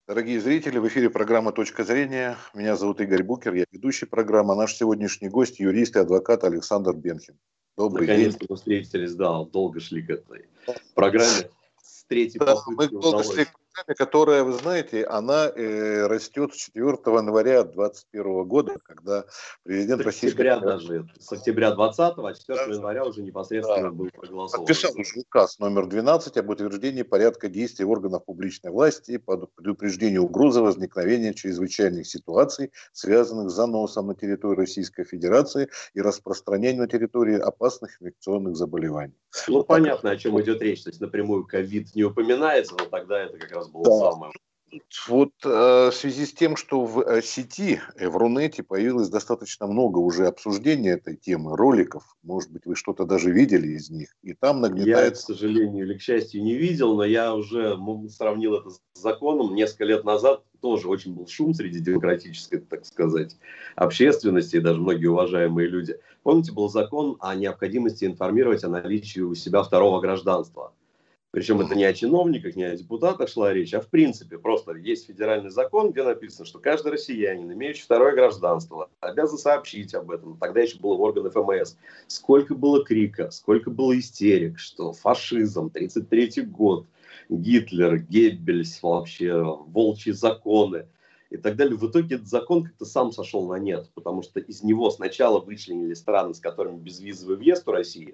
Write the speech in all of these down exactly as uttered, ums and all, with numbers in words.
Дорогие зрители, в эфире программа «Точка зрения». Меня зовут Игорь Букер, я ведущий программы. Наш сегодняшний гость – юрист и адвокат Александр Бенхин. Добрый день. Наконец-то мы встретились, да, долго шли к этой программе. С третьей Да, попытки мы долго шли удалось. к программе, которая, вы знаете, она э, растет с четвёртого января две тысячи двадцать первого года, когда президент С Российской октября Федерации... даже, с октября двадцатого, а четвёртого Да, января уже да, непосредственно был проголосован. подписал уже указ номер двенадцать об утверждении порядка действий органов публичной власти по предупреждению угрозы возникновения чрезвычайных ситуаций, связанных с заносом на территорию Российской Федерации и распространением на территории опасных инфекционных заболеваний. Ну, Вот так. понятно, о чем идет речь. То есть напрямую ковид не упоминается, но тогда это как раз было Да. самое. Вот э, в связи с тем, что в э, сети, э, в Рунете появилось достаточно много уже обсуждения этой темы, роликов, может быть, вы что-то даже видели из них, и там Я, к нагнетается... сожалению или к счастью, не видел, но я уже м, сравнил это с законом. Несколько лет назад тоже очень был шум среди демократической, так сказать, общественности, и даже многие уважаемые люди. Помните, был закон о необходимости информировать о наличии у себя второго гражданства. Причем это не о чиновниках, не о депутатах шла речь, а в принципе просто есть федеральный закон, где написано, что каждый россиянин, имеющий второе гражданство, обязан сообщить об этом. Тогда еще было в органах эф эм эс. Сколько было крика, сколько было истерик, что фашизм, тридцать третий год, Гитлер, Геббельс, вообще волчьи законы и так далее. В итоге этот закон как-то сам сошел на нет, потому что из него сначала вычленили страны, с которыми безвизовый въезд в Россию,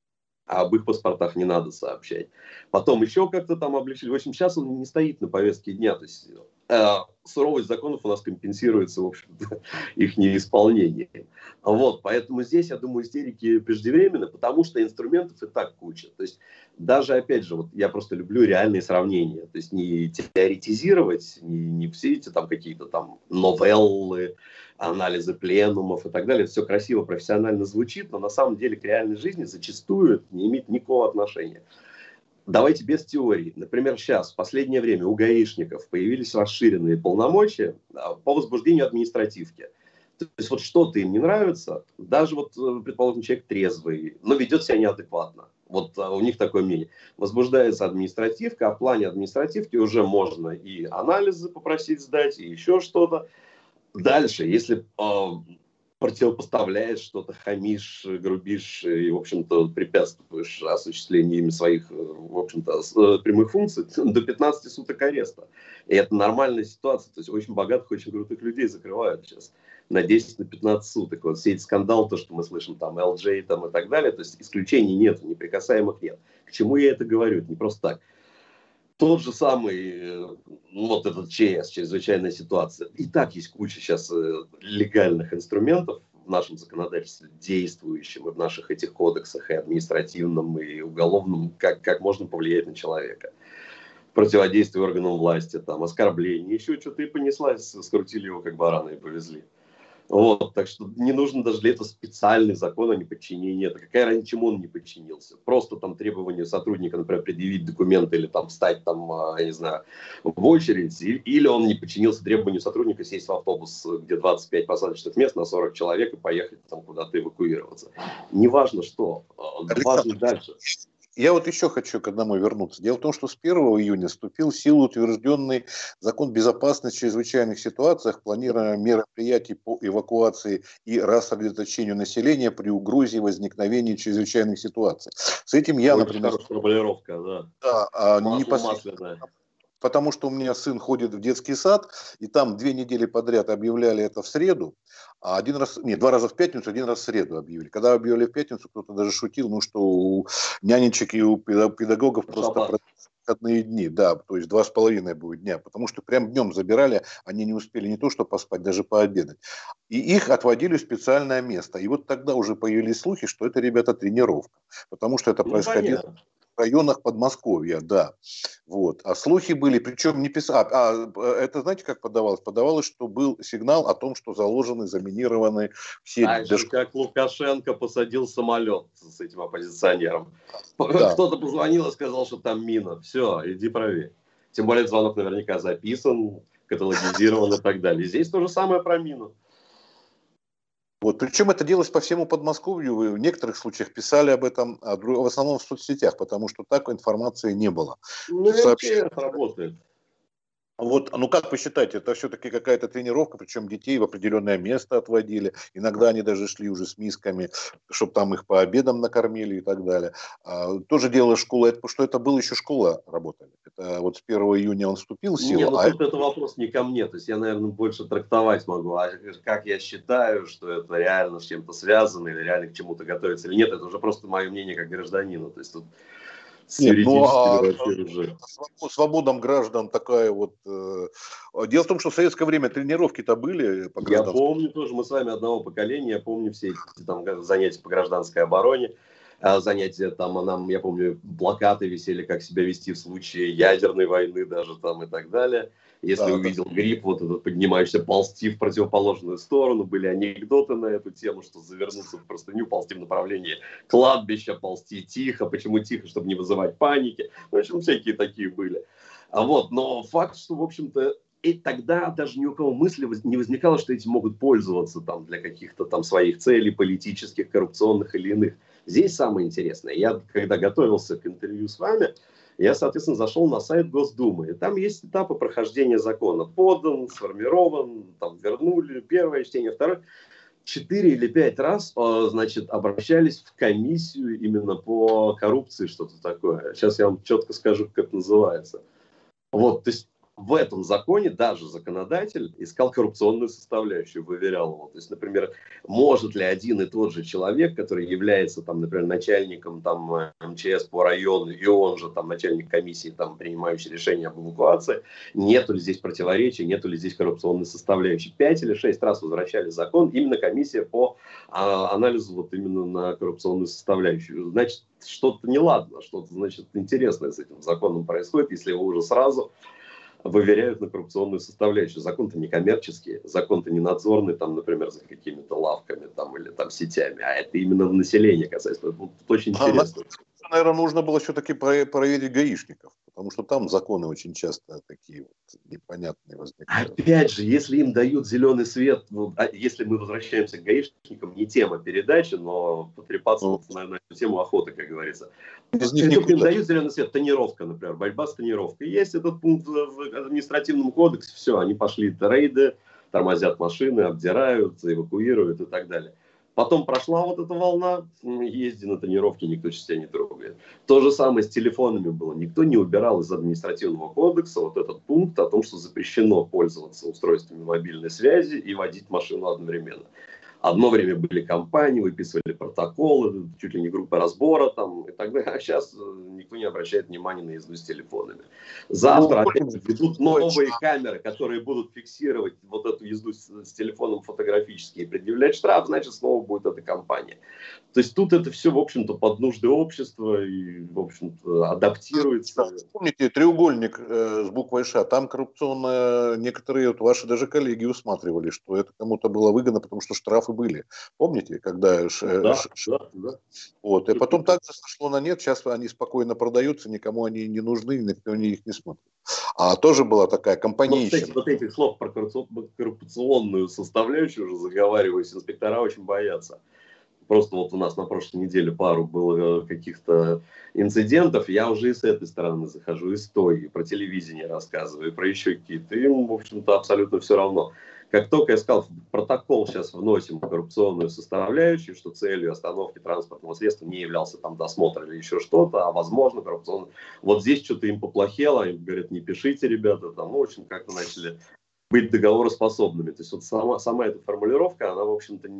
а об их паспортах не надо сообщать. Потом еще как-то там облегчили. В общем, сейчас он не стоит на повестке дня. То есть э, суровость законов у нас компенсируется, в общем-то, их неисполнением. Вот, поэтому здесь, я думаю, истерики преждевременны, потому что инструментов и так куча. То есть даже, опять же, вот я просто люблю реальные сравнения. То есть не теоретизировать, не, не все эти там какие-то там новеллы, анализы пленумов и так далее. Это все красиво, профессионально звучит, но на самом деле к реальной жизни зачастую это не имеет никакого отношения. Давайте без теории. Например, сейчас, в последнее время у гаишников появились расширенные полномочия по возбуждению административки. То есть вот что-то им не нравится, даже вот, предположим, человек трезвый, но ведет себя неадекватно. Вот у них такое мнение. Возбуждается административка, а в плане административки уже можно и анализы попросить сдать, и еще что-то. Дальше, если э, противопоставляешь что-то, хамишь, грубишь и, в общем-то, препятствуешь осуществлению ими своих, в общем-то, э, прямых функций, до пятнадцати суток ареста. И это нормальная ситуация. То есть очень богатых, очень крутых людей закрывают сейчас на десять, на пятнадцать суток. Вот все эти скандалы, то, что мы слышим, там, эл джей там, и так далее, то есть исключений нет, неприкасаемых нет. К чему я это говорю? Это не просто так. Тот же самый, вот этот че эс, чрезвычайная ситуация. И так есть куча сейчас легальных инструментов в нашем законодательстве, действующем и в наших этих кодексах, и административном, и уголовном, как, как можно повлиять на человека. Противодействие органам власти, там, оскорбление, еще что-то, и понеслась, скрутили его как барана и повезли. Вот, так что не нужно даже для этого специальный закон о неподчинении. Это какая разница, чему он не подчинился? Просто там требование сотрудника, например, предъявить документы или там встать там, я не знаю, в очередь, или он не подчинился требованию сотрудника сесть в автобус, где двадцать пять посадочных мест на сорок человек и поехать там куда-то эвакуироваться. Неважно что, важно дальше. Я вот еще хочу к одному вернуться. Дело в том, что с первого июня вступил в силу утвержденный закон безопасности в чрезвычайных ситуациях, планирования мероприятий по эвакуации и рассредоточению населения при угрозе возникновения чрезвычайных ситуаций. С этим я, Очень например... хорошая формулировка, да. Да, а Масло-масляное. Потому что у меня сын ходит в детский сад, и там две недели подряд объявляли это в среду, а один раз, нет, два раза в пятницу, один раз в среду объявили. Когда объявили в пятницу, кто-то даже шутил, ну что у нянечек и у педагогов просто выходные дни, да, то есть два с половиной будет дня, потому что прям днем забирали, они не успели не то что поспать, даже пообедать. И их отводили в специальное место. И вот тогда уже появились слухи, что это, ребята, тренировка, потому что это ну, происходило... Понятно. В районах Подмосковья, да. Вот. А слухи были, причем не писали. А, а это знаете, как подавалось? Подавалось, что был сигнал о том, что заложены, заминированы все... Так же, дож... как Лукашенко посадил самолет с этим оппозиционером. Да. Кто-то позвонил и сказал, что там мина. Все, иди проверь. Тем более звонок наверняка записан, каталогизирован и так далее. Здесь то же самое про мину. Вот, причем это делалось по всему Подмосковью, вы в некоторых случаях писали об этом, а в основном в соцсетях, потому что так информации не было. Ну, Сообщ... эл ти эс работает. Вот, ну как посчитать, это все-таки какая-то тренировка, причем детей в определенное место отводили, иногда они даже шли уже с мисками, чтобы там их по обедам накормили и так далее. А, тоже дело школы, это, что это была еще школа работали. Это вот с первого июня он вступил в Не, силу, ну а тут это вопрос не ко мне, то есть я, наверное, больше трактовать могу, а как я считаю, что это реально с чем-то связано или реально к чему-то готовится или нет, это уже просто мое мнение как гражданина, то есть тут с нет, ну юридическими а вообще уже... свободам граждан такая вот... Э, дело в том, что в советское время тренировки-то были по Я гражданскому. помню тоже, мы с вами одного поколения, я помню все эти там занятия по гражданской обороне, а, занятия там, а нам, я помню, плакаты висели, как себя вести в случае ядерной войны даже там и так далее. Если Да, да. увидел гриб, вот этот поднимаешься, ползти в противоположную сторону, были анекдоты на эту тему, что завернуться в простыню, ползти в направлении кладбища, ползти тихо, почему тихо, чтобы не вызывать паники, ну, в общем, всякие такие были. А вот, но факт, что, в общем-то, и тогда даже ни у кого мысли не возникало, что этим могут пользоваться там, для каких-то там своих целей политических, коррупционных или иных. Здесь самое интересное. Я, когда готовился к интервью с вами, я, соответственно, зашел на сайт Госдумы. И там есть этапы прохождения закона. Подан, сформирован, там, вернули, первое чтение, второе. Четыре или пять раз, значит, обращались в комиссию именно по коррупции, что-то такое. Сейчас я вам четко скажу, как это называется. Вот, то есть в этом законе даже законодатель искал коррупционную составляющую, выверял его. То есть, например, может ли один и тот же человек, который является, там, например, начальником там, эм че эс по району, и он же там, начальник комиссии, там, принимающий решение об эвакуации, нету ли здесь противоречия, нету ли здесь коррупционной составляющей. Пять или шесть раз возвращали закон именно комиссия по а, анализу вот именно на коррупционную составляющую. Значит, что-то неладно, что-то, значит, интересное с этим законом происходит, если его уже сразу выверяют на коррупционную составляющую. Закон-то не коммерческий, закон-то не надзорный, там, например, за какими-то лавками там, или там, сетями, а это именно в населении касается. Это очень интересно. Наверное, нужно было все-таки проверить гаишников, потому что там законы очень часто такие вот непонятные возникают. Опять же, если им дают зеленый свет, ну, а если мы возвращаемся к гаишникам, не тема передачи, но потрепаться, ну, вот, наверное, на эту тему охоты, как говорится. Если только им дают зеленый свет, тонировка, например, борьба с тонировкой. Есть этот пункт в административном кодексе, все, они пошли в рейды, тормозят машины, обдирают, эвакуируют и так далее. Потом прошла вот эта волна, езди на тренировке, никто сейчас тебя не трогает. То же самое с телефонами было. Никто не убирал из административного кодекса вот этот пункт о том, что запрещено пользоваться устройствами мобильной связи и водить машину одновременно. Одно время были компании, выписывали протоколы, чуть ли не группы разбора там и так далее. А сейчас никто не обращает внимания на езду с телефонами. Завтра опять введут новые камеры, которые будут фиксировать вот эту езду с, с телефоном фотографически и предъявлять штраф, значит, снова будет эта компания. То есть тут это все, в общем-то, под нужды общества и, в общем-то, адаптируется. Помните треугольник э, с буквой Ш, там коррупционно некоторые вот ваши даже коллеги усматривали, что это кому-то было выгодно, потому что штрафы были. Помните, когда... Ш, да, ш, ш, да, да. Вот, и потом также сошло на нет, сейчас они спокойно продаются, никому они не нужны, никто их не смотрит. А тоже была такая компания. Ну, кстати, вот этих слов про коррупционную составляющую уже заговариваюсь, инспектора очень боятся. Просто вот у нас на прошлой неделе пару было каких-то инцидентов, я уже и с этой стороны захожу, и с той, и про телевидение рассказываю, и про еще какие-то. Им, в общем-то, абсолютно все равно. Как только я сказал, в протокол сейчас вносим коррупционную составляющую, что целью остановки транспортного средства не являлся там досмотр или еще что-то, а возможно коррупционно. Вот здесь что-то им поплохело, им говорят, не пишите, ребята, там, ну, в общем, как-то начали быть договороспособными. То есть вот сама, сама эта формулировка, она, в общем-то,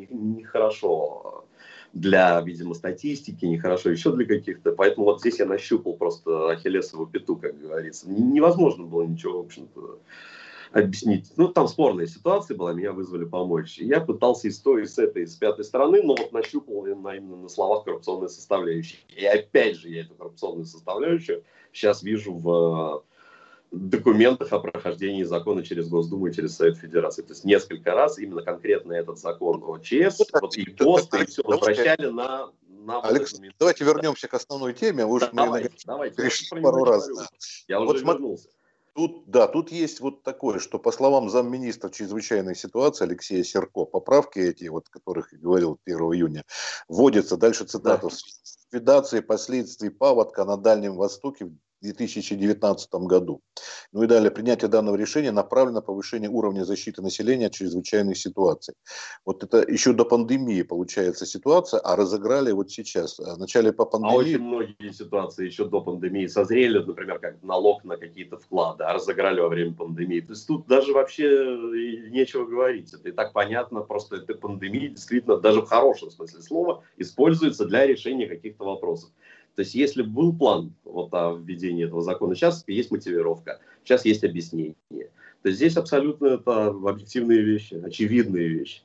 нехорошо не для, видимо, статистики, нехорошо еще для каких-то. Поэтому вот здесь я нащупал просто ахиллесову пяту, как говорится. Невозможно было ничего, в общем-то, объяснить. Ну, там спорная ситуация была, меня вызвали помочь. Я пытался и с той, и с этой, и с пятой стороны, но вот нащупал на, именно на словах коррупционной составляющей. И опять же я эту коррупционную составляющую сейчас вижу в документах о прохождении закона через Госдуму и через Совет Федерации. То есть несколько раз именно конкретно этот закон о ЧС, вот и ГОСТ, и все возвращали на... на Алекс, вот давайте вернемся к основной теме. Вы да, давайте, давайте. Я пару раз. Да. Я вот уже смотри, вернулся. Тут, да, тут есть вот такое, что по словам замминистра чрезвычайной ситуации Алексея Серко, поправки эти, вот, о которых я говорил первого июня, вводятся, дальше цитата, да. Ликвидации последствий паводка на Дальнем Востоке в две тысячи девятнадцатом году. Ну и далее, принятие данного решения направлено на повышение уровня защиты населения от чрезвычайных ситуаций. Вот это еще до пандемии получается ситуация, а разыграли вот сейчас. Вначале по А очень пандемии... многие ситуации еще до пандемии созрели, например, как налог на какие-то вклады, а разыграли во время пандемии. То есть тут даже вообще нечего говорить. Это и так понятно, просто эта пандемия действительно даже в хорошем смысле слова используется для решения каких-то вопросов. То есть если был план вот, о введении этого закона, сейчас есть мотивировка, сейчас есть объяснение. То есть здесь абсолютно это объективные вещи, очевидные вещи.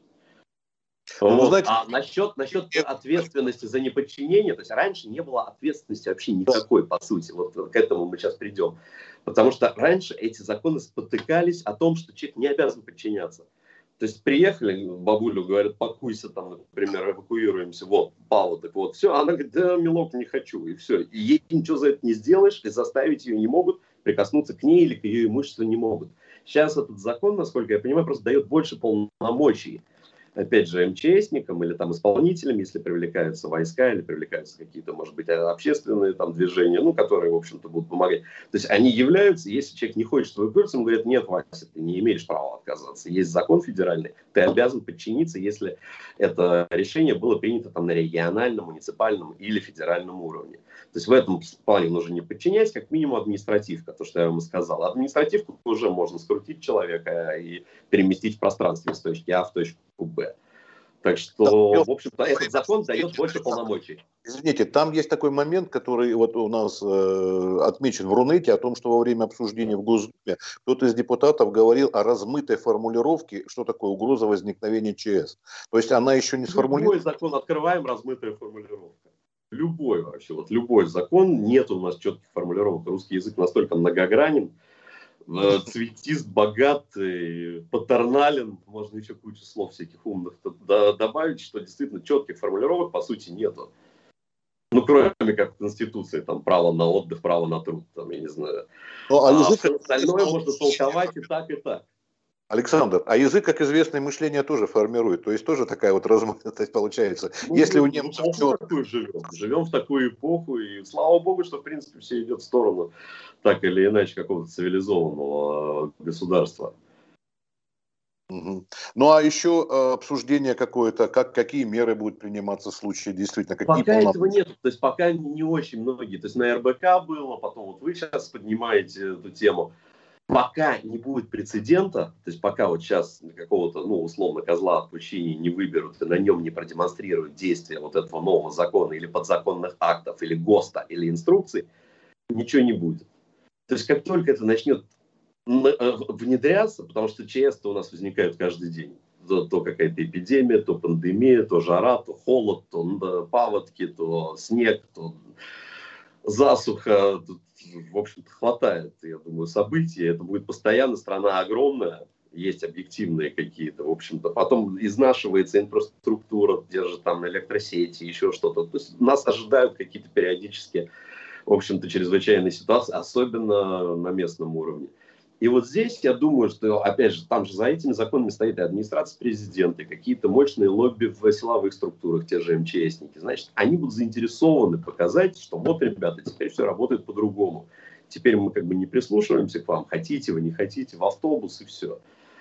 Ну, вы Вот. знаете, А насчет, насчет ответственности за неподчинение, то есть раньше не было ответственности вообще никакой, по сути. Вот к этому мы сейчас придем. Потому что раньше эти законы спотыкались о том, что человек не обязан подчиняться. То есть приехали, бабулю говорят, пакуйся там, например, эвакуируемся, вот, паводок, вот, все. Она говорит, да, милок, не хочу, и все. И ей ничего за это не сделаешь, и заставить ее не могут, прикоснуться к ней или к ее имуществу не могут. Сейчас этот закон, насколько я понимаю, просто дает больше полномочий, опять же, МЧСникам или там исполнителям, если привлекаются войска или привлекаются какие-то, может быть, общественные там движения, ну, которые, в общем-то, будут помогать. То есть они являются, если человек не хочет эвакуироваться, ему говорят, нет, Вася, ты не имеешь права отказаться. Есть закон федеральный, ты обязан подчиниться, если это решение было принято там на региональном, муниципальном или федеральном уровне. То есть в этом плане нужно не подчинять, как минимум административка, то, что я вам и сказал. Административку уже можно скрутить человека и переместить в пространстве с точки А в точку Б. Так что, в общем-то, этот закон дает больше полномочий. Извините, там есть такой момент, который вот у нас э, отмечен в Рунете, о том, что во время обсуждения в Госдуме кто-то из депутатов говорил о размытой формулировке, что такое угроза возникновения ЧС. То есть она еще не сформулирована. Любой закон открываем, размытая формулировка. Любой вообще, вот любой закон, нет у нас четких формулировок. Русский язык настолько многогранен, цветист, богатый, патернален, можно еще кучу слов всяких умных добавить, что действительно четких формулировок по сути нету. Ну, кроме как в Конституции, там, право на отдых, право на труд, там, я не знаю. Ну, а, а язык... все остальное можно толковать и так, и так. Александр, а язык, как известно, мышление тоже формирует. То есть тоже такая вот размытость получается. Ну, Если у ну, немцев... ну, в такую живем. Живем в такую эпоху, и слава богу, что, в принципе, все идет в сторону, так или иначе, какого-то цивилизованного государства. Угу. Ну, а еще э, обсуждение какое-то, как, какие меры будут приниматься в случае, действительно, какие Пока полномочия? этого нет, то есть пока не очень многие. То есть на эр бэ ка было, потом вот вы сейчас поднимаете эту тему. Пока не будет прецедента, то есть пока вот сейчас какого-то, ну, условно, козла отпущения не выберут и на нем не продемонстрируют действие вот этого нового закона или подзаконных актов, или ГОСТа, или инструкций, ничего не будет. То есть как только это начнет внедряться, потому что ЧС-то у нас возникают каждый день. То, то какая-то эпидемия, то пандемия, то жара, то холод, то паводки, то снег, то засуха. Тут, в общем-то, хватает, я думаю, событий. Это будет постоянно, страна огромная, есть объективные какие-то, в общем-то. Потом изнашивается инфраструктура, держит там электросети, еще что-то. То есть нас ожидают какие-то периодически, в общем-то, чрезвычайные ситуации, особенно на местном уровне. И вот здесь я думаю, что, опять же, там же за этими законами стоит и администрация президента, и какие-то мощные лобби в силовых структурах, те же МЧСники. Значит, они будут заинтересованы показать, что вот, ребята, теперь все работает по-другому. Теперь мы как бы не прислушиваемся к вам, хотите вы, не хотите, в автобус и все.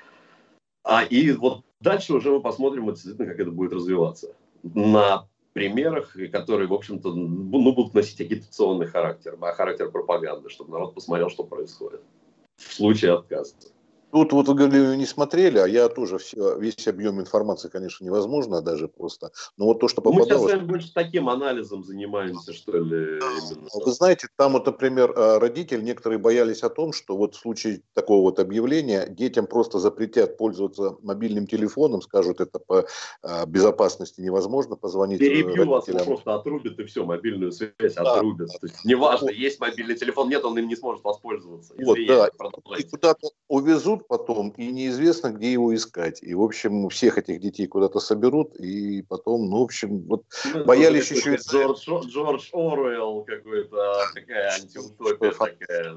А и вот дальше уже мы посмотрим, вот, действительно, как это будет развиваться. На примерах, которые, в общем-то, ну, будут носить агитационный характер, а характер пропаганды, чтобы народ посмотрел, что происходит в случае отказа. Тут вот вы говорили, не смотрели, а я тоже все, весь объем информации, конечно, невозможно даже просто. Но вот то, что Мы сейчас попадалось... с вами больше таким анализом занимаемся, что ли. Именно. Вы знаете, там вот, например, родители некоторые боялись о том, что вот в случае такого вот объявления детям просто запретят пользоваться мобильным телефоном, скажут, это по безопасности невозможно позвонить Перебью вас, родителям. просто отрубят и все, мобильную связь да, отрубят. Да. То есть неважно, вот. Есть мобильный телефон, нет, он им не сможет воспользоваться. Вот, Извиняйте, да. И куда-то увезут потом, и неизвестно, где его искать. И, в общем, всех этих детей куда-то соберут, и потом, ну, в общем, вот ну, боялись еще... Джордж, Джордж Оруэлл какой-то, такая антиутопия такая.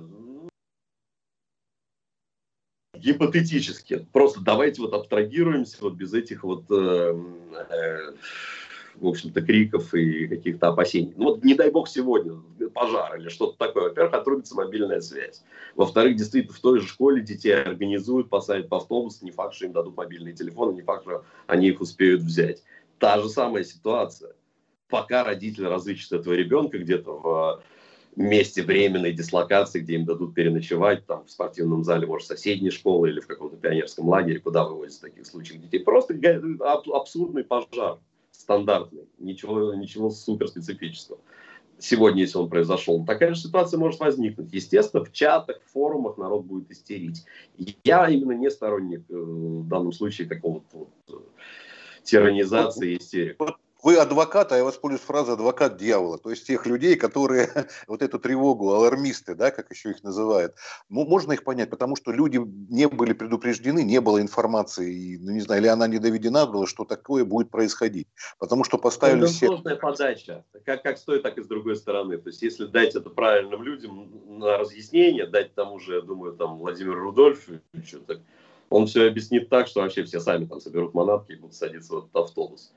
Гипотетически. Просто давайте вот абстрагируемся вот без этих вот... Э, э, в общем-то, криков и каких-то опасений. Ну, вот, не дай бог, сегодня пожар или что-то такое. Во-первых, отрубится мобильная связь. Во-вторых, действительно, в той же школе детей организуют, посадят по автобусу, не факт, что им дадут мобильные телефоны, не факт, что они их успеют взять. Та же самая ситуация. Пока родители разыщут этого ребенка где-то в месте временной дислокации, где им дадут переночевать, там, в спортивном зале, может, соседней школы или в каком-то пионерском лагере, куда вывозят в таких случаях детей. Просто абсурдный пожар, стандартный, ничего, ничего суперспецифического. Сегодня, если он произошел, такая же ситуация может возникнуть. Естественно, в чатах, в форумах народ будет истерить. Я именно не сторонник в данном случае какого-то вот, тиранизации и истерики. Вы адвокат, а я воспользуюсь фразой адвокат дьявола, то есть тех людей, которые вот эту тревогу, алармисты, да, как еще их называют, можно их понять, потому что люди не были предупреждены, не было информации, ну не знаю, или она не доведена была, что такое будет происходить, потому что поставили это все... сложная подача, как, как с той, так и с другой стороны, то есть если дать это правильным людям на разъяснение, дать тому же, я думаю, там Владимиру Рудольфовичу, так, он все объяснит так, что вообще все сами там соберут манатки и будут садиться в этот автобус.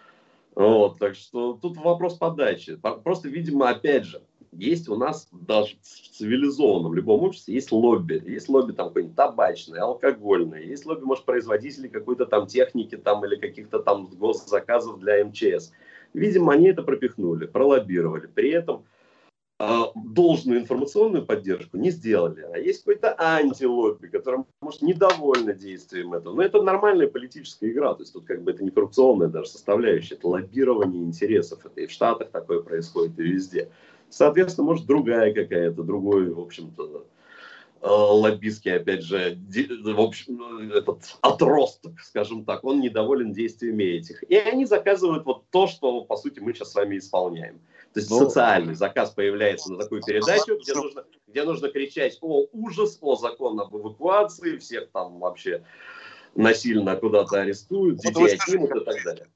Вот, так что тут вопрос подачи. Просто, видимо, опять же, есть у нас даже в цивилизованном любом обществе есть лобби. Есть лобби там какой-нибудь табачный, алкогольный. Есть лобби, может, производителей какой-то там техники там или каких-то там госзаказов для эм че эс. Видимо, они это пропихнули, пролоббировали. При этом должную информационную поддержку не сделали. А есть какой-то антилобби, который, может, недовольно действием этого. Но это нормальная политическая игра. То есть тут как бы это не коррупционная даже составляющая. Это лоббирование интересов. Это и в Штатах такое происходит, и везде. Соответственно, может, другая какая-то, другой, в общем-то, лоббистский, опять же, в общем, этот отросток, скажем так, он недоволен действиями этих. И они заказывают вот то, что, по сути, мы сейчас с вами исполняем. То есть Но... социальный заказ появляется на такую передачу, где нужно, где нужно кричать о ужас, о закон об эвакуации, всех там вообще насильно куда-то арестуют, детей отнимут и так далее.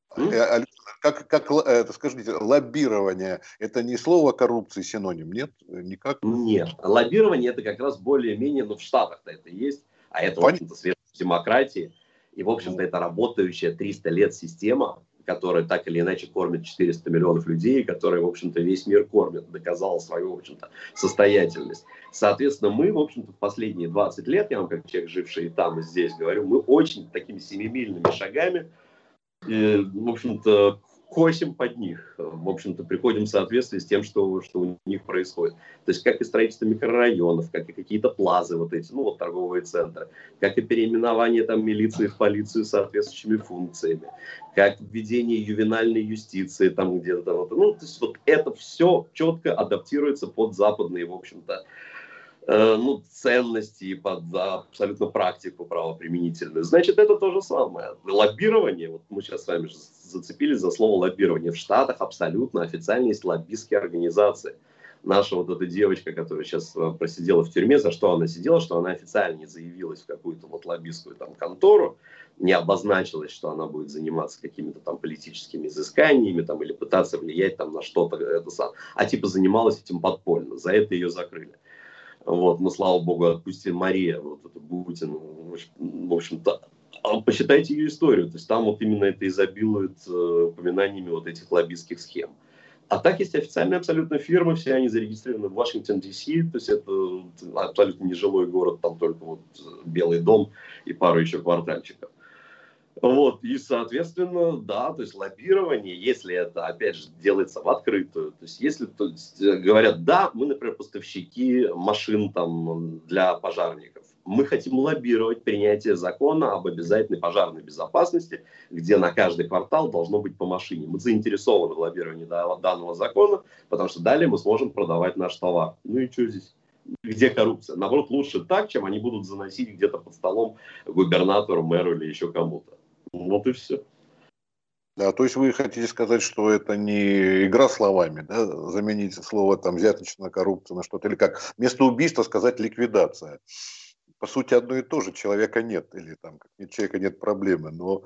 Как, как это, скажите, лоббирование, это не слово коррупции синоним, нет? Никак? Нет, лоббирование это как раз более-менее, ну в Штатах-то это есть, а это, в общем-то, средство демократии, и, в общем-то, это работающая триста лет система, которая так или иначе кормит четыреста миллионов людей, которая, в общем-то, весь мир кормит, доказала свою, в общем-то, состоятельность. Соответственно, мы, в общем-то, в последние двадцать лет, я вам как человек, живший и там, и здесь говорю, мы очень такими семимильными шагами, э, в общем-то, косим под них, в общем-то, приходим в соответствии с тем, что, что у них происходит. То есть, как и строительство микрорайонов, как и какие-то плазы вот эти, ну, вот торговые центры, как и переименование там милиции в полицию с соответствующими функциями, как введение ювенальной юстиции там где-то. Вот. Ну, то есть, вот это все четко адаптируется под западные, в общем-то, э, ну, ценности и под да, абсолютно практику правоприменительную. Значит, это то же самое. Лоббирование, вот мы сейчас с вами же зацепились за слово лоббирование. В Штатах абсолютно официально есть лоббистские организации. Наша вот эта девочка, которая сейчас просидела в тюрьме, за что она сидела, что она официально не заявилась в какую-то вот лоббистскую там контору, не обозначилась, что она будет заниматься какими-то там политическими изысканиями там, или пытаться влиять там на что-то, это сам, а типа занималась этим подпольно. За это ее закрыли. Вот, но слава богу, отпустили Мария, вот эту Бутину, в общем-то, посчитайте ее историю, то есть там вот именно это изобилует э, упоминаниями вот этих лоббистских схем. А так есть официальные абсолютно фирмы, все они зарегистрированы в Вашингтон, Ди Си, то есть это абсолютно нежилой город, там только вот Белый дом и пару еще квартальчиков. Вот, и, соответственно, да, то есть лоббирование, если это, опять же, делается в открытую, то есть если то есть, говорят, да, мы, например, поставщики машин там для пожарников, мы хотим лоббировать принятие закона об обязательной пожарной безопасности, где на каждый квартал должно быть по машине. Мы заинтересованы в лоббировании данного закона, потому что далее мы сможем продавать наш товар. Ну и что здесь? Где коррупция? Наоборот, лучше так, чем они будут заносить где-то под столом губернатору, мэру или еще кому-то. Вот и все. Да, то есть вы хотите сказать, что это не игра словами, да? Заменить слово там взяточная коррупция на что-то, или как вместо убийства сказать ликвидация. По сути, одно и то же, человека нет, или там как нет человека, нет проблемы, но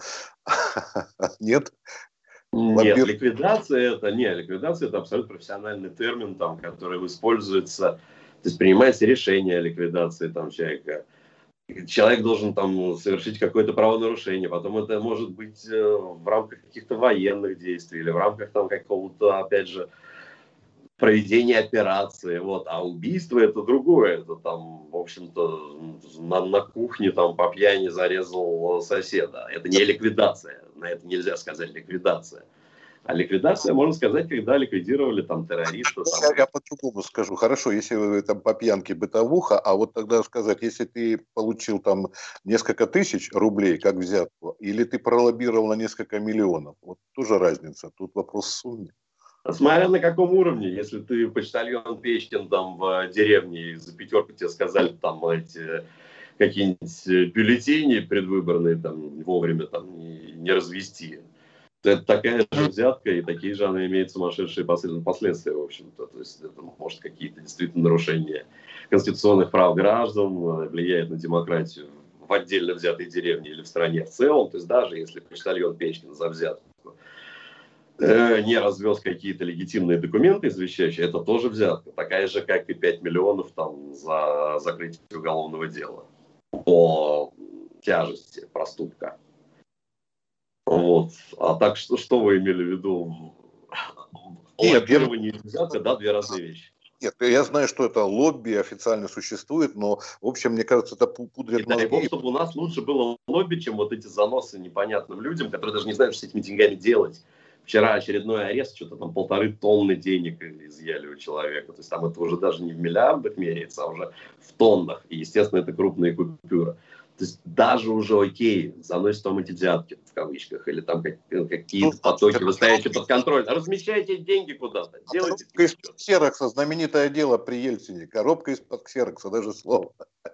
нет. Нет, ликвидация это не, ликвидация это абсолютно профессиональный термин, там, который используется, то есть принимается решение о ликвидации там человека. человек должен там совершить какое-то правонарушение, потом это может быть в рамках каких-то военных действий или в рамках там какого-то, опять же, проведения операции, вот, а убийство это другое, это там, в общем-то, на, на кухне там по пьяни зарезал соседа, это не ликвидация, на это нельзя сказать ликвидация, а ликвидация, можно сказать, когда ликвидировали там террориста. Там. Я, я по-другому скажу, хорошо, если вы там по пьянке бытовуха, а вот тогда сказать, если ты получил там несколько тысяч рублей, как взятку, или ты пролоббировал на несколько миллионов, вот тоже разница, тут вопрос в сумме. Смотря на каком уровне, если ты почтальон Печкин там в деревне, и за пятерку тебе сказали там эти какие-нибудь бюллетени предвыборные там вовремя там не, не развести, то это такая же взятка, и такие же она имеет сумасшедшие последствия, в общем-то. То есть это может какие-то действительно нарушения конституционных прав граждан, влияет на демократию в отдельно взятой деревне или в стране в целом. То есть даже если почтальон Печкин за взятку не развез какие-то легитимные документы, извещающие, это тоже взятка. Такая же, как и пять миллионов там, за закрытие уголовного дела по тяжести проступка. Вот. А так что, что вы имели в виду? Лоббирование и взятка, да, две разные вещи. Нет, я знаю, что это лобби официально существует, но, в общем, мне кажется, это пудрят мозги. Дай бог, чтобы у нас лучше было лобби, чем вот эти заносы непонятным людям, которые даже не знают, что с этими деньгами делать. Вчера очередной арест, что-то там полторы тонны денег изъяли у человека. То есть там это уже даже не в миллиардах меряется, а уже в тоннах. И, естественно, это крупные купюры. То есть даже уже окей, заносят вам эти взятки, в кавычках, или там какие-то потоки, вы ставите под контроль. Размещайте деньги куда-то, делайте. Коробка из-под ксерокса, знаменитое дело при Ельцине. Коробка из-под ксерокса, даже слово.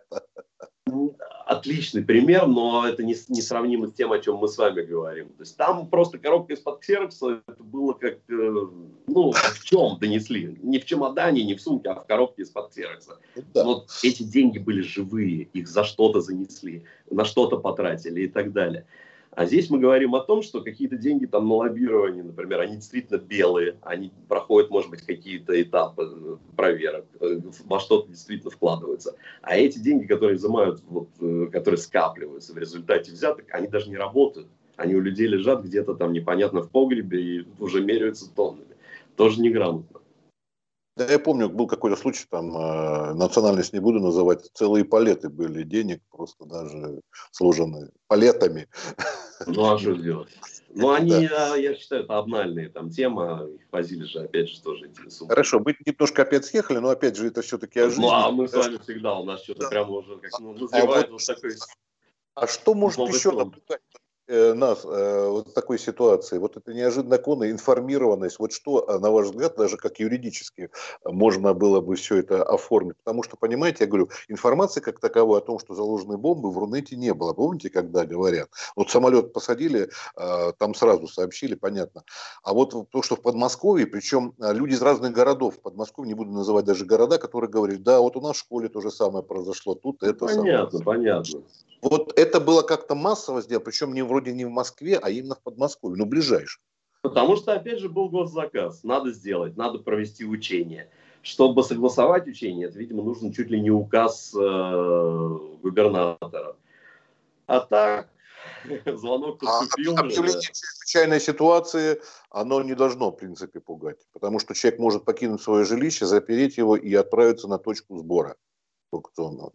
Отличный пример, но это не, не сравнимо с тем, о чем мы с вами говорим. То есть там просто коробка из-под ксерокса, это было как, ну, в чем донесли. Не в чемодане, не в сумке, а в коробке из-под ксерокса. Да. Вот эти деньги были живые, их за что-то занесли, на что-то потратили и так далее. А здесь мы говорим о том, что какие-то деньги там на лоббирование, например, они действительно белые, они проходят, может быть, какие-то этапы проверок, во что-то действительно вкладываются. А эти деньги, которые изымают, вот, которые скапливаются в результате взяток, они даже не работают. Они у людей лежат где-то там непонятно в погребе и уже меряются тоннами. Тоже неграмотно. Да, я помню, был какой-то случай, там, э, национальность не буду называть, целые палеты были денег, просто даже сложенные палетами. Ну, а что делать? Ну, они, да. Я считаю, это обнальные там тема, их возили же, опять же, тоже эти суммы. Хорошо, мы немножко опять съехали, но, опять же, это все-таки о жизни. Ну, а мы с вами всегда, у нас что-то да. прямо уже как, ну, назревает а вот, вот такой... А что может еще напугать нас э, вот в такой ситуации? Вот это неожиданная конная информированность. Вот что, на ваш взгляд, даже как юридически можно было бы все это оформить? Потому что, понимаете, я говорю, информации как таковой о том, что заложены бомбы, в Рунете не было. Помните, когда говорят? Вот самолет посадили, э, там сразу сообщили, понятно. А вот то, что в Подмосковье, причем люди из разных городов в Подмосковье, не буду называть даже города, которые говорят, да, вот у нас в школе то же самое произошло, тут это понятно, самое. Понятно, понятно. Вот это было как-то массово сделано, причем не вроде не в Москве, а именно в Подмосковье, ну ближайшем. Потому что, опять же, был госзаказ. Надо сделать, надо провести учение. Чтобы согласовать учение, это, видимо, нужен чуть ли не указ э, губернатора. А так, звонок поступил. А объявление чрезвычайной ситуации, оно не должно, в принципе, пугать. Потому что человек может покинуть свое жилище, запереть его и отправиться на точку сбора аукционного.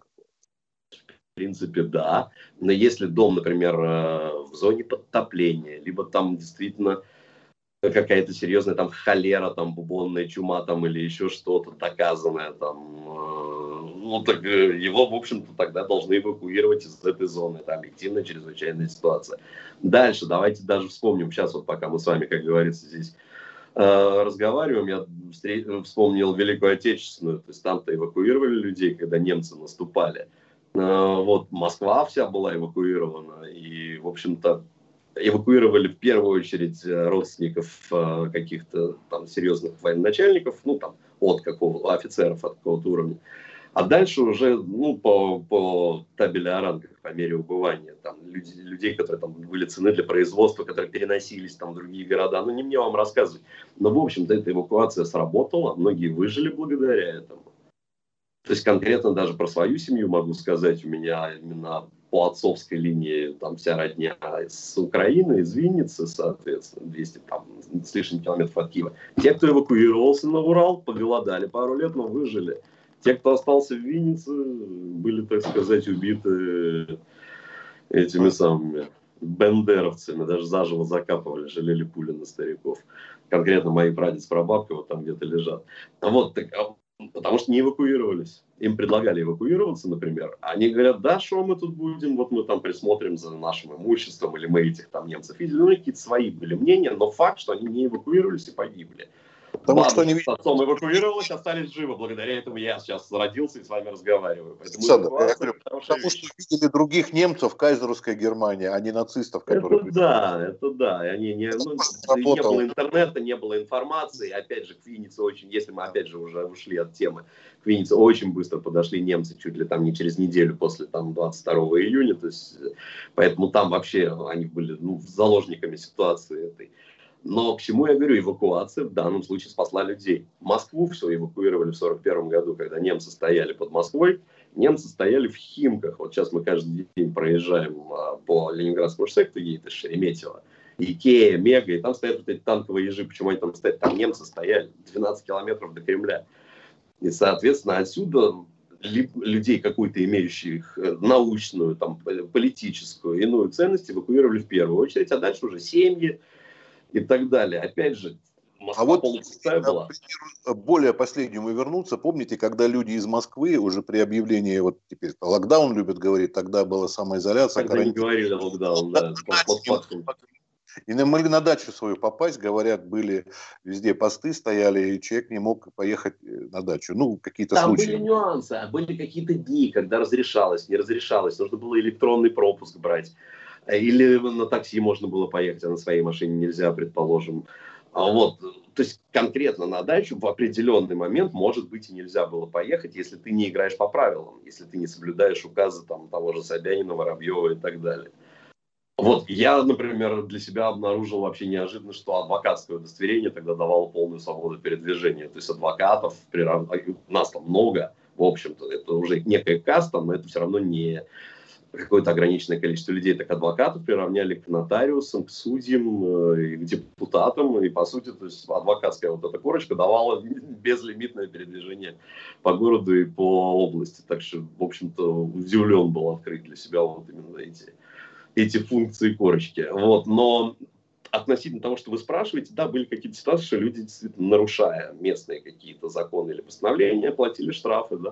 В принципе, да. Но если дом, например, в зоне подтопления, либо там действительно какая-то серьезная там холера, там бубонная чума там или еще что-то доказанное там, ну так его, в общем-то, тогда должны эвакуировать из этой зоны. Это объективная чрезвычайная ситуация. Дальше давайте даже вспомним, сейчас вот пока мы с вами, как говорится, здесь э, разговариваем, я встр... вспомнил Великую Отечественную, то есть там-то эвакуировали людей, когда немцы наступали. Вот Москва вся была эвакуирована, и, в общем-то, эвакуировали в первую очередь родственников каких-то там серьезных военачальников, ну, там, от какого офицеров, от какого-то уровня. А дальше уже, ну, по, по табели о рангах, по мере убывания, там, люди, людей, которые там были цены для производства, которые переносились там в другие города, ну, не мне вам рассказывать. Но, в общем-то, эта эвакуация сработала, многие выжили благодаря этому. То есть конкретно даже про свою семью могу сказать, у меня именно по отцовской линии там вся родня с Украины, из Винницы, соответственно, двести там, с лишним километров от Киева. Те, кто эвакуировался на Урал, поголодали пару лет, но выжили. Те, кто остался в Виннице, были, так сказать, убиты этими самыми бендеровцами, даже заживо закапывали, жалели пули на стариков. Конкретно мои прадед с прабабкой вот там где-то лежат. А вот так, потому что не эвакуировались. Им предлагали эвакуироваться, например. Они говорят, да, что мы тут будем, вот мы там присмотрим за нашим имуществом, или мы этих там немцев видели. Ну, какие-то свои были мнения, но факт, что они не эвакуировались и погибли. Потому что они... с отцом эвакуировалась, остались живы. Благодаря этому я сейчас родился и с вами разговариваю. Поэтому Александр, я говорю, потому что видели других немцев в кайзеровской Германии, а не нацистов, которые... Это да, это да. И они не, ну, не было интернета, не было информации. Опять же, к Виннице очень, если мы опять же уже ушли от темы, к Виннице очень быстро подошли немцы, чуть ли там не через неделю после там, двадцать второго июня. То есть, поэтому там вообще они были ну, заложниками ситуации этой. Но к чему я говорю, эвакуация в данном случае спасла людей. Москву все эвакуировали в сорок первом году, когда немцы стояли под Москвой. Немцы стояли в Химках. Вот сейчас мы каждый день проезжаем а, по Ленинградскому шоссе, кто едет из Шереметьево. Икея, Мега, и там стоят вот эти танковые ежи. Почему они там стоят? Там немцы стояли двенадцать километров до Кремля. И, соответственно, отсюда людей, какую-то имеющих научную, там, политическую, иную ценность, эвакуировали в первую очередь, а дальше уже семьи, и так далее. Опять же, Москва а вот полупустая была. Более последнему вернуться. Помните, когда люди из Москвы уже при объявлении, вот теперь локдаун любят говорить, тогда была самоизоляция. Тогда карантин. Не говорили локдаун, да. Под фактом. И не могли на дачу свою попасть, говорят, были везде посты стояли, и человек не мог поехать на дачу. Ну, какие-то Там случаи. Были нюансы, были какие-то дни, когда разрешалось, не разрешалось. Нужно было электронный пропуск брать. Или на такси можно было поехать, а на своей машине нельзя, предположим. Вот. То есть конкретно на дачу в определенный момент, может быть, и нельзя было поехать, если ты не играешь по правилам, если ты не соблюдаешь указы там, того же Собянина, Воробьева и так далее. Вот я, например, для себя обнаружил вообще неожиданно, что адвокатское удостоверение тогда давало полную свободу передвижения. То есть адвокатов, нас там много, в общем-то, это уже некая каста, но это все равно не... какое-то ограниченное количество людей, так адвокатов приравняли к нотариусам, к судьям, к депутатам. И, по сути, то есть адвокатская вот эта корочка давала безлимитное передвижение по городу и по области. Так что, в общем-то, удивлен был открыть для себя вот именно эти, эти функции корочки. Вот. Но относительно того, что вы спрашиваете, да, были какие-то ситуации, что люди, действительно, нарушая местные какие-то законы или постановления, платили штрафы, да.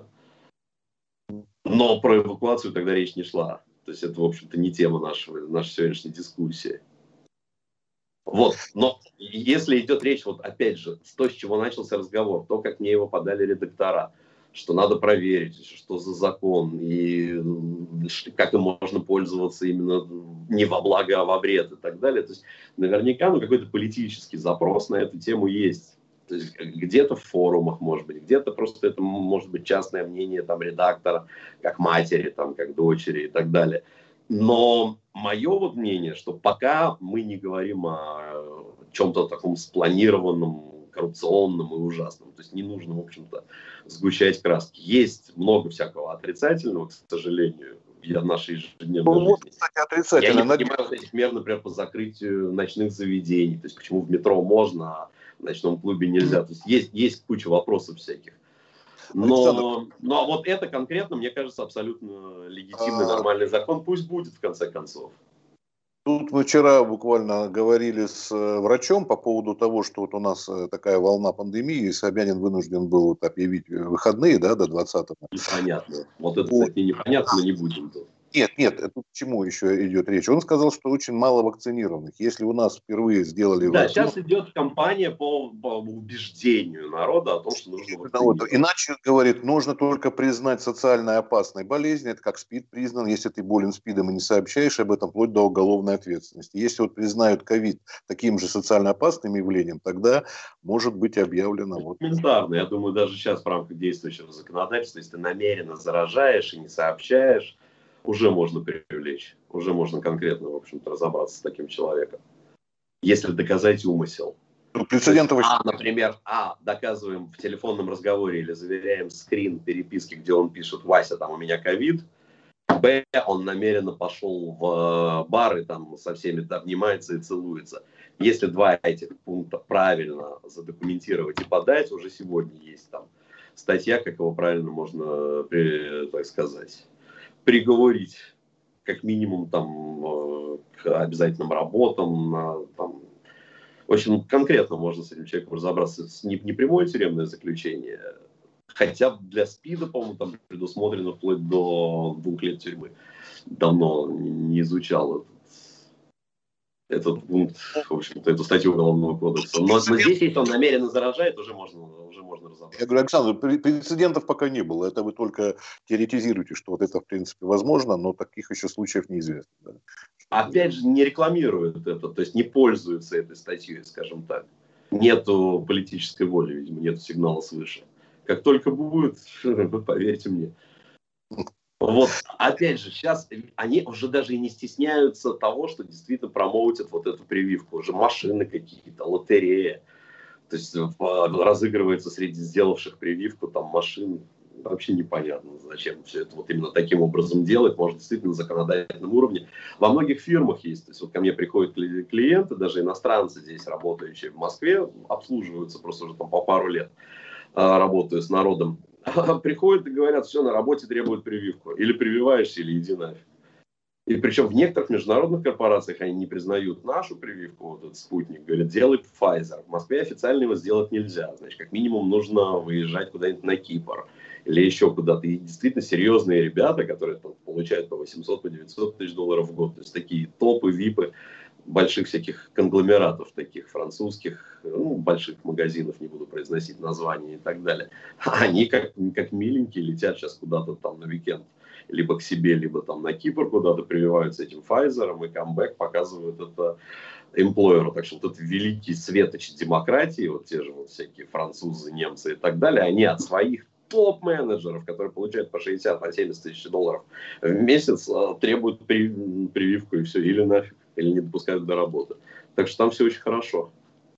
Но про эвакуацию тогда речь не шла. То есть это, в общем-то, не тема нашего, нашей сегодняшней дискуссии. Вот. Но если идет речь, вот опять же, с то, с чего начался разговор, то, как мне его подали редактора, что надо проверить, что за закон, и как им можно пользоваться именно не во благо, а во вред и так далее. То есть наверняка ну, какой-то политический запрос на эту тему есть. То есть где-то в форумах, может быть, где-то просто это может быть частное мнение там, редактора, как матери, там, как дочери и так далее. Но мое вот мнение, что пока мы не говорим о чем-то таком спланированном, коррупционном и ужасном, то есть не нужно, в общем-то, сгущать краски. Есть много всякого отрицательного, к сожалению, в нашей ежедневной ну, жизни. Кстати, отрицательно. Я не понимаю вот этих мер, например, по закрытию ночных заведений, то есть почему в метро можно, а в ночном клубе нельзя. То есть есть, есть куча вопросов всяких. Но, но вот это конкретно, мне кажется, абсолютно легитимный, нормальный закон. Пусть будет, в конце концов. Тут мы вчера буквально говорили с врачом по поводу того, что вот у нас такая волна пандемии, и Собянин вынужден был вот объявить выходные, да, до двадцатого. Непонятно. Вот это, кстати, непонятно, но не будем тут. Нет, нет, это к чему еще идет речь? Он сказал, что очень мало вакцинированных. Если у нас впервые сделали... Да, вакцину, сейчас идет кампания по, по убеждению народа о том, что нужно вакцинировать. Иначе, говорит, нужно только признать социально опасной болезнь. Это как СПИД признан. Если ты болен СПИДом и не сообщаешь об этом, вплоть до уголовной ответственности. Если вот признают ковид таким же социально опасным явлением, тогда может быть объявлено... Вот. Элементарно. Я думаю, даже сейчас в рамках действующего законодательства, если ты намеренно заражаешь и не сообщаешь, уже можно привлечь, уже можно конкретно, в общем-то, разобраться с таким человеком. Если доказать умысел. Прецедентов... А, например, А, доказываем в телефонном разговоре или заверяем скрин переписки, где он пишет: Вася, там у меня ковид. Б, он намеренно пошел в бар и там со всеми обнимается и целуется. Если два этих пункта правильно задокументировать и подать, уже сегодня есть там статья, как его правильно можно, так сказать, приговорить, как минимум там к обязательным работам, на, там, в общем, конкретно можно с этим человеком разобраться. Не, не прямое тюремное заключение, хотя для СПИДа, по-моему, там предусмотрено вплоть до двух лет тюрьмы. Давно не изучал этот, этот пункт, в общем-то, эту статью Уголовного кодекса. Но, но здесь, если он намеренно заражает, уже можно, уже можно разобраться. Я говорю, Александр, прецедентов пока не было. Это вы только теоретизируете, что вот это, в принципе, возможно, но таких еще случаев неизвестно. Да? Опять же, не рекламируют это, то есть не пользуются этой статьей, скажем так. Нету политической воли, видимо, нету сигнала свыше. Как только будет, поверьте мне. Вот, опять же, сейчас они уже даже и не стесняются того, что действительно промоутят вот эту прививку. Уже машины какие-то, лотерея. То есть разыгрывается среди сделавших прививку там машин. Вообще непонятно, зачем все это вот именно таким образом делать. Может, действительно на законодательном уровне. Во многих фирмах есть. То есть вот ко мне приходят клиенты, даже иностранцы здесь работающие в Москве, обслуживаются просто уже там по пару лет. Работаю с народом, приходят и говорят: все, на работе требуют прививку. Или прививаешься, или иди нафиг. И причем в некоторых международных корпорациях они не признают нашу прививку, вот этот спутник, говорят: делай Pfizer. В Москве официально его сделать нельзя. Значит, как минимум нужно выезжать куда-нибудь на Кипр или еще куда-то. И действительно серьезные ребята, которые там получают по восемьсот, по девятьсот тысяч долларов в год, то есть такие топы, випы, больших всяких конгломератов, таких французских, ну, больших магазинов, не буду произносить названия и так далее. Они как, как миленькие летят сейчас куда-то там на уикенд, либо к себе, либо там на Кипр куда-то, прививаются этим Pfizer, и камбэк показывают это эмплойеру. Так что вот этот великий светоч демократии, вот те же вот всякие французы, немцы и так далее, они от своих топ-менеджеров, которые получают по шестьдесят, по семьдесят тысяч долларов в месяц, требуют прививку и все, или нафиг, или не допускают до работы. Так что там все очень хорошо.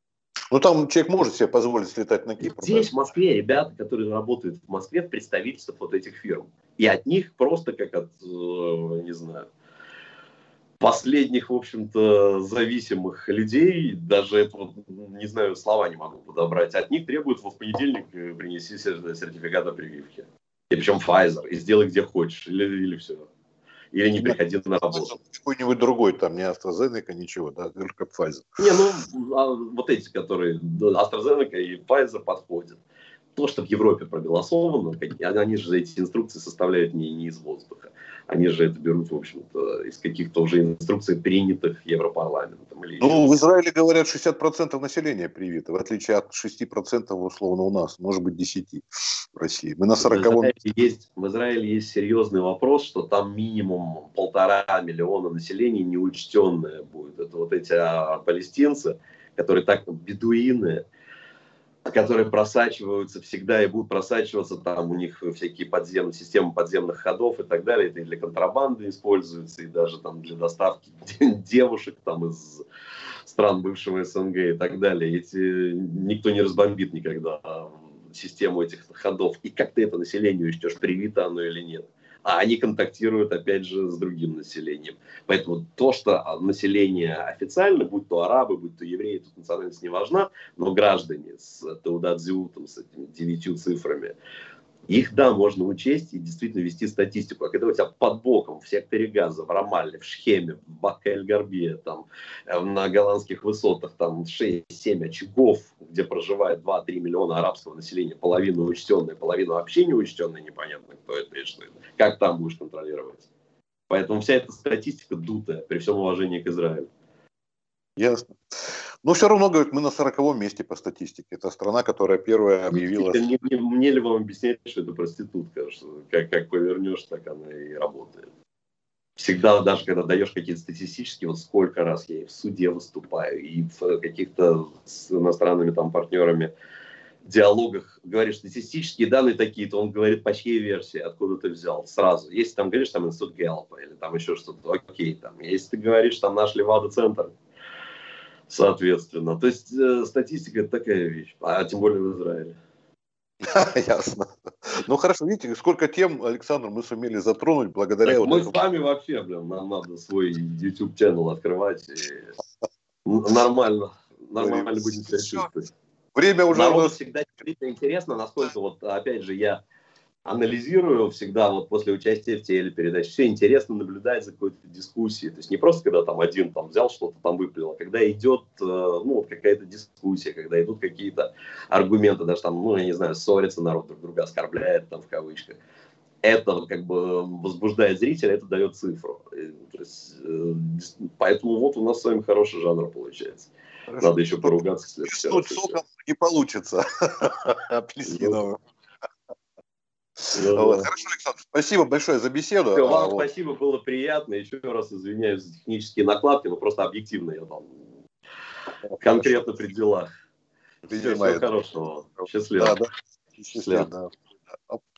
Ну, там человек может себе позволить слетать на Кипр. Здесь, да? в Москве, ребята, которые работают в Москве в представительствах вот этих фирм. И от них просто как от, не знаю, последних, в общем-то, зависимых людей, даже это, не знаю, слова не могу подобрать, от них требуют: вот в понедельник принеси сертификат о прививке. И причем Pfizer, и сделай где хочешь, или, или все. Или не приходи на работу. Какой-нибудь другой, там, не AstraZeneca, ничего, да, только Pfizer. Не, ну, а вот эти, которые AstraZeneca и Pfizer подходят. То, что в Европе проголосовано, они же эти инструкции составляют не, не из воздуха. Они же это берут, в общем-то, из каких-то уже инструкций, принятых Европарламентом. Или ну, в Израиле, говорят, шестьдесят процентов населения привито, в отличие от шести процентов, условно, у нас, может быть, десять процентов в России. Мы на сороковом... В Израиле есть, в Израиле есть серьезный вопрос, что там минимум полтора миллиона населения неучтенное будет. Это вот эти а, палестинцы, которые так, бедуины, которые просачиваются всегда и будут просачиваться, там у них всякие подземные системы подземных ходов и так далее, это и для контрабанды используется, и даже там для доставки девушек там из стран бывшего СНГ и так далее. Эти, никто не разбомбит никогда систему этих ходов, и как ты это населению учтешь, привито оно или нет. А они контактируют, опять же, с другим населением. Поэтому то, что население официально, будь то арабы, будь то евреи, тут национальность не важна, но граждане с Теудат-Зеутом, с этими девятью цифрами, их, да, можно учесть и действительно вести статистику. А когда у тебя под боком в секторе Газа, в Рамалле, в Шхеме, в Бака-эль-Гарбе, там, на голландских высотах там шесть-семь очагов, где проживает два-три миллиона арабского населения, половину учтенное, половину вообще не учтенное, непонятно, кто это и что это. Как там будешь контролировать? Поэтому вся эта статистика дутая, при всем уважении к Израилю. Ясно. Но все равно, говорят, мы на сороковом месте по статистике. Это страна, которая первая объявила... Не, не, мне ли вам объяснять, что это проститутка? Что как, как повернешь, так она и работает. Всегда, даже когда даешь какие-то статистические, вот сколько раз я и в суде выступаю, и в каких-то с иностранными там партнерами диалогах говоришь, статистические данные такие-то, он говорит, по чьей версии, откуда ты взял, сразу. Если там говоришь, там институт Гэллопа или там еще что-то, окей, там. Если ты говоришь, там наш Левада-центр, Соответственно. То есть э, статистика – это такая вещь, а тем более в Израиле. Ясно. Ну хорошо, видите, сколько тем, Александр, мы сумели затронуть благодаря Так, вот мы этому. с вами вообще, блин, нам надо свой YouTube-ченнел открывать. И нормально, нормально будем себя чувствовать. Время уже Народу у нас... всегда действительно интересно, насколько вот, опять же, я анализирую всегда вот после участия в телепередаче. Все интересно наблюдать за какой-то дискуссией. То есть не просто когда там один там взял что-то там выплел, а когда идет э, ну, вот какая-то дискуссия, когда идут какие-то аргументы, даже там, ну, я не знаю, ссорится народ, друг друга оскорбляет там в кавычках. Это как бы возбуждает зрителя, это дает цифру. И, то есть, э, поэтому вот у нас с вами хороший жанр получается. Хорошо. Надо еще поругаться в следующий раз. Соком не получится. Апельсиновым. Ну, вот. да. Хорошо, Александр, спасибо большое за беседу. Все, вам а, спасибо, вот. Было приятно. Еще раз извиняюсь за технические накладки, но просто объективно я там Хорошо. Конкретно при делах. Все, всего хорошего. Счастливо. Да, да. Счастливо. Счастливо. Да.